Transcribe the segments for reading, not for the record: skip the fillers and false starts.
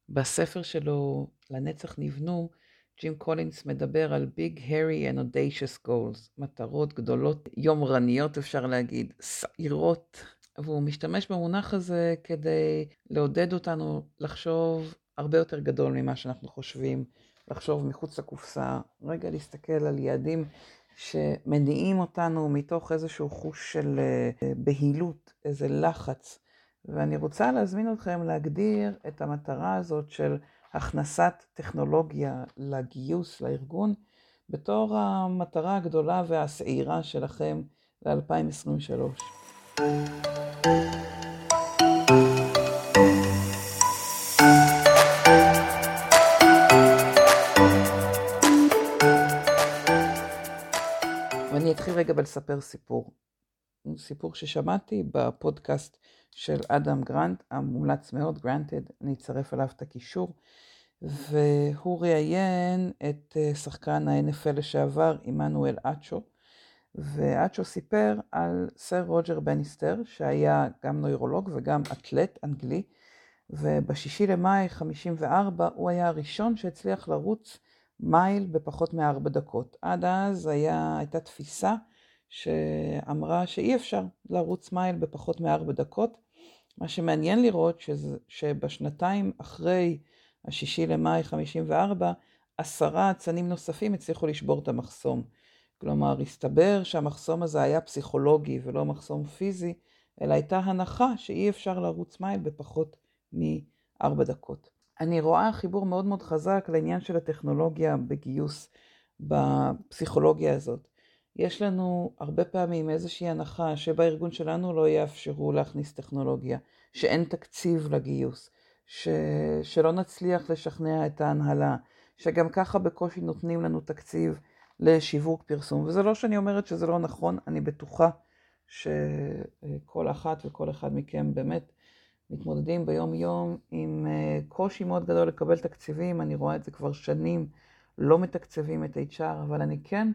בספר שלו, לנצח נבנו, ג'ים קולינס מדבר על Big, Hairy and Audacious Goals, מטרות גדולות, יומרניות אפשר להגיד, שעירות, והוא משתמש במונח הזה כדי לעודד אותנו לחשוב הרבה יותר גדול ממה שאנחנו חושבים, לחשוב מחוץ לקופסה, רגע להסתכל על יעדים שמניעים אותנו מתוך איזשהו חוש של בהילות, איזה לחץ. ואני רוצה להזמין אתכם להגדיר את המטרה הזאת של הכנסת טכנולוגיה לגיוס לארגון, בתור המטרה הגדולה והשעירה שלכם ל-2023. ואני אתחיל רגע בלספר סיפור ששמעתי בפודקאסט של אדם גרנט, המומלץ מאוד, גרנטד, אני אצרף עליו את הקישור, והוא ראיין את שחקן ה-NFL לשעבר, עמנואל אצ'ו, ואצ'ו סיפר על סר רוג'ר בניסטר, שהיה גם נוירולוג וגם אתלט אנגלי, ובשישי למאי 54 הוא היה הראשון שהצליח לרוץ מייל בפחות מ4 דקות. עד אז הייתה תפיסה שאמרה שאי אפשר לרוץ מייל בפחות מ4 דקות. מה שמעניין לראות שבשנתיים אחרי השישי למאי 54, 10 אצנים נוספים הצליחו לשבור את המחסום. כלומר, הסתבר שהמחסום הזה היה פסיכולוגי ולא מחסום פיזי, אלא הייתה הנחה שאי אפשר לרוץ מייל בפחות מ4 דקות. אני רואה חיבור מאוד מאוד חזק לעניין של הטכנולוגיה בגיוס בפסיכולוגיה הזאת. יש לנו הרבה פעמים איזושהי הנחה שבארגון שלנו לא יאפשרו להכניס טכנולוגיה, שאין תקציב לגיוס, שלא נצליח לשכנע את ההנהלה, שגם ככה בקושי נותנים לנו תקציב לשיווק פרסום. וזה לא שאני אומרת שזה לא נכון, אני בטוחה שכל אחת וכל אחד מכם באמת מתמודדים ביום יום עם קושי מאוד גדול לקבל תקציבים. אני רואה את זה כבר שנים, לא מתקצבים את HR, אבל אני כן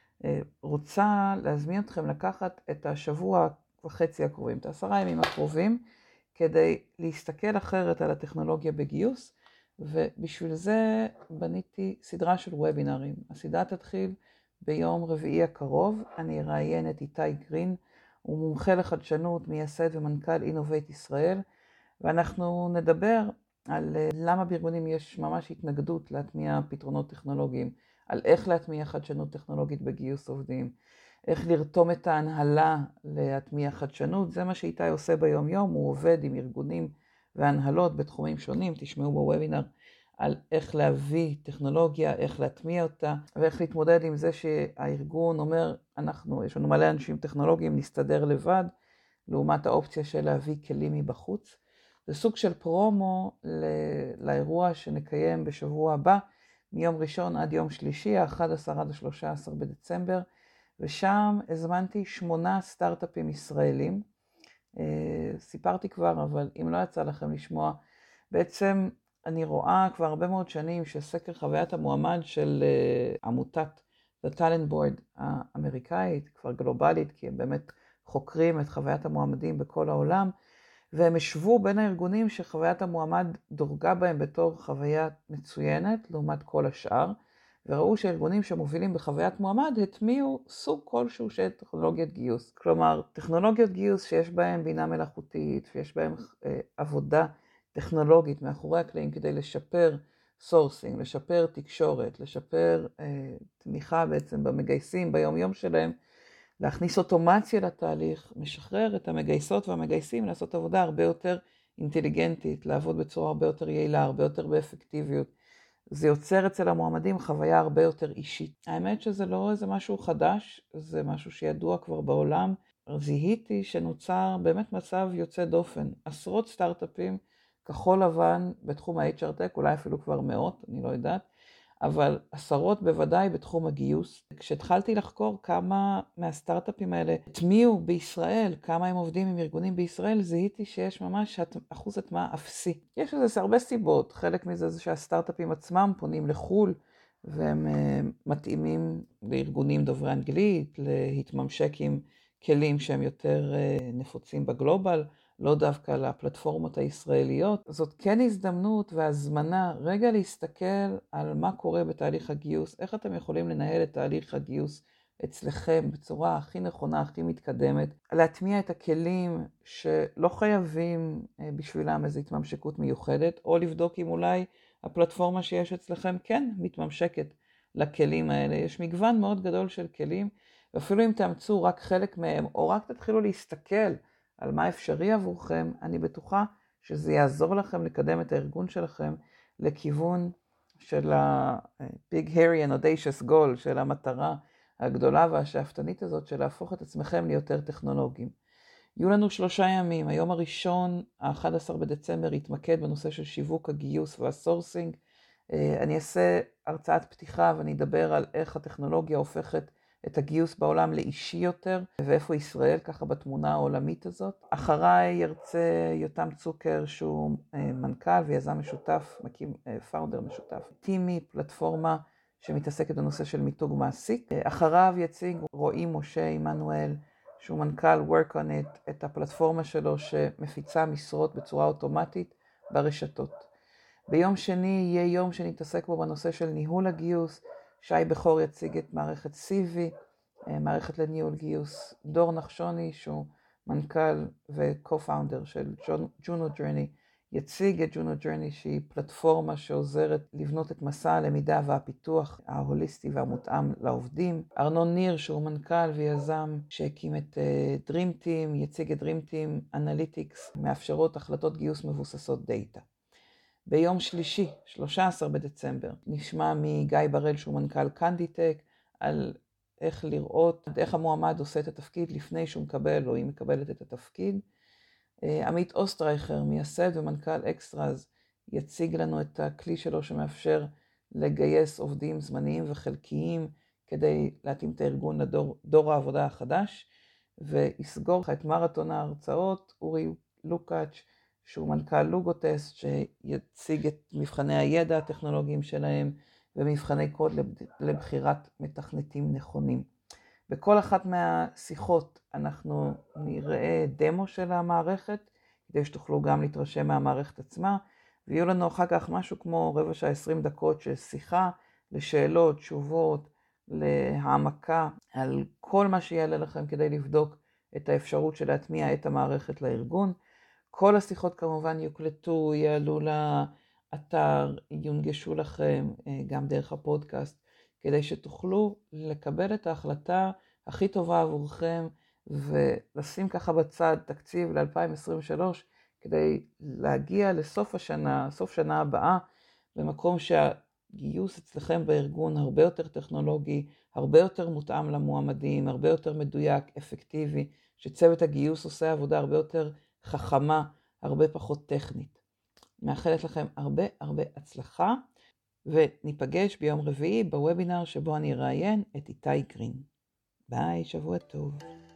רוצה להזמין אתכם לקחת את השבוע וחצי הקרובים, את 10 ימים הקרובים, כדי להסתכל אחרת על הטכנולוגיה בגיוס, ובשביל זה בניתי סדרה של וובינרים. הסדרה תתחיל ביום רביעי הקרוב. אני אראיין את איתי גרין, הוא מומחה לחדשנות, מייסד ומנכ"ל אינובייט ישראל, ואנחנו נדבר על למה בארגונים יש ממש התנגדות להטמיע פתרונות טכנולוגיים, על איך להטמיע חדשנות טכנולוגית בגיוס עובדים, איך לרתום את ההנהלה להטמיע חדשנות. זה מה שאיתי עושה ביום יום, הוא עובד עם ארגונים והנהלות בתחומים שונים. תשמעו בוובינר על איך להביא טכנולוגיה, איך להטמיע אותה, ואיך להתמודד עם זה שהארגון אומר, יש לנו מלא אנשים טכנולוגיים, נסתדר לבד, לעומת האופציה של להביא כלים מבחוץ. זה סוג של פרומו לאירוע שנקיים בשבוע הבא, מיום ראשון עד יום שלישי, 11 עד 13 בדצמבר, ושם הזמנתי 8 סטארט-אפים ישראלים. סיפרתי כבר, אבל אם לא יצא לכם לשמוע, בעצם אני רואה כבר הרבה מאוד שנים שסקר חוויית המועמד של עמותת The Talent Board האמריקאית, כבר גלובלית, כי הם באמת חוקרים את חוויית המועמדים בכל העולם, והם השוו בין הארגונים שחוויית המועמד דורגה בהם בתור חוויה מצוינת לעומת כל השאר, וראו שארגונים שמובילים בחוויית מועמד הטמיעו סוג כלשהו של טכנולוגיית גיוס. כלומר, טכנולוגיות גיוס שיש בהם בינה מלאכותית, ויש בהם עבודה טכנולוגית מאחורי הקלעים כדי לשפר סורסינג, לשפר תקשורת, לשפר תמיכה בעצם במגייסים ביום יום שלהם, להכניס אוטומציה לתהליך, משחרר את המגייסות והמגייסים לעשות עבודה הרבה יותר אינטליגנטית, לעבוד בצורה הרבה יותר יעילה, הרבה יותר באפקטיביות. זה יוצר אצל המועמדים חוויה הרבה יותר אישית. האמת שזה לא איזה משהו חדש, זה משהו שידוע כבר בעולם. זיהיתי שנוצר באמת מצב יוצא דופן. עשרות סטארט-אפים כחול לבן בתחום ה-HR Tech, אולי אפילו כבר מאות, אני לא יודעת, אבל עשרות בוודאי בתחום הגיוס. כשהתחלתי לחקור כמה מהסטארט-אפים האלה הטמיעו בישראל, כמה הם עובדים עם ארגונים בישראל, זיהיתי שיש ממש אחוז הטמעה אפסי. יש לזה הרבה סיבות, חלק מזה זה שהסטארט-אפים עצמם פונים לחול, והם מתאימים לארגונים דוברי אנגלית, להתממשק עם כלים שהם יותר נפוצים בגלובל, לא דווקא לפלטפורמות הישראליות. זאת כן הזדמנות והזמנה רגע להסתכל על מה קורה בתהליך הגיוס, איך אתם יכולים לנהל את תהליך הגיוס אצלכם בצורה הכי נכונה, הכי מתקדמת, להטמיע את הכלים שלא חייבים בשבילם איזו התממשקות מיוחדת, או לבדוק אם אולי הפלטפורמה שיש אצלכם כן מתממשקת לכלים האלה. יש מגוון מאוד גדול של כלים, ואפילו אם תאמצו רק חלק מהם, או רק תתחילו להסתכל על מה אפשרי עבורכם, אני בטוחה שזה יעזור לכם לקדם את הארגון שלכם לכיוון של ה-Big Hairy and Audacious Goal, של המטרה הגדולה והשאפתנית הזאת של להפוך את עצמכם ליותר טכנולוגיים. יהיו לנו 3 ימים. היום הראשון, ה-11 בדצמבר, יתמקד בנושא של שיווק הגיוס והסורסינג. אני אעשה הרצאת פתיחה ואני אדבר על איך הטכנולוגיה הופכת את הגיוס בעולם לאישי יותר, ואיפה ישראל ככה בתמונה העולמית הזאת. אחריי ירצה יותם צוקר, שהוא מנכ"ל ויזם משותף, מקים פאונדר משותף. טימי, פלטפורמה שמתעסקת בנושא של מיתוג מעסיק. אחריו יציג רועי משה עמנואל, שהוא מנכ"ל Work on It, את הפלטפורמה שלו שמפיצה משרות בצורה אוטומטית ברשתות. ביום שני יהיה יום שנתעסק בו בנושא של ניהול הגיוס. שי בכור יציג את מערכת CV, מערכת לניהול גיוס. דור נחשוני, שהוא מנכ"ל ו-co-founder של ג'ונו ג'רני, יציג את ג'ונו ג'רני, שהיא פלטפורמה שעוזרת לבנות את מסע הלמידה והפיתוח ההוליסטי והמותאם לעובדים. ארנון ניר, שהוא מנכ"ל ויזם שהקים את Dream Team, יציג את Dream Team Analytics, מאפשרות החלטות גיוס מבוססות דאטה. ביום שלישי, 13 בדצמבר, נשמע מגיא בראל, שהוא מנכ"ל קנדיטק, על איך לראות, איך המועמד עושה את התפקיד לפני שהוא מקבל או היא מקבלת את התפקיד. עמית אוסטרייכר, מייסד ומנכ"ל אקסטראז, יציג לנו את הכלי שלו שמאפשר לגייס עובדים זמניים וחלקיים כדי להתאים את הארגון לדור העבודה החדש, ויסגור את מרתון ההרצאות אורי לוקאץ', שהוא מנכ"ל לוגוטסט, שיציג את מבחני הידע הטכנולוגיים שלהם ומבחני קוד לבחירת מתכנתים נכונים. בכל אחת מהשיחות אנחנו נראה דמו של המערכת, כדי שתוכלו גם להתרשם מהמערכת עצמה, ויהיו לנו אחר כך משהו כמו 15-20 דקות של שיחה לשאלות, תשובות, להעמקה על כל מה שיעלה לכם כדי לבדוק את האפשרות של להטמיע את המערכת לארגון. כל השיחות כמובן יוקלטו, יעלו לאתר, יונגשו לכם גם דרך הפודקאסט, כדי שתוכלו לקבל את ההחלטה הכי טובה עבורכם, ולשים ככה בצד תקציב ל-2023, כדי להגיע לסוף השנה, סוף שנה הבאה, במקום שהגיוס אצלכם בארגון הרבה יותר טכנולוגי, הרבה יותר מותאם למועמדים, הרבה יותר מדויק, אפקטיבי, שצוות הגיוס עושה עבודה הרבה יותר חכמה, הרבה פחות טכנית. מאחלת לכם הרבה הצלחה, וניפגש ביום רביעי בוובינר שבו אני אראיין את איתי גרין. ביי, שבוע טוב.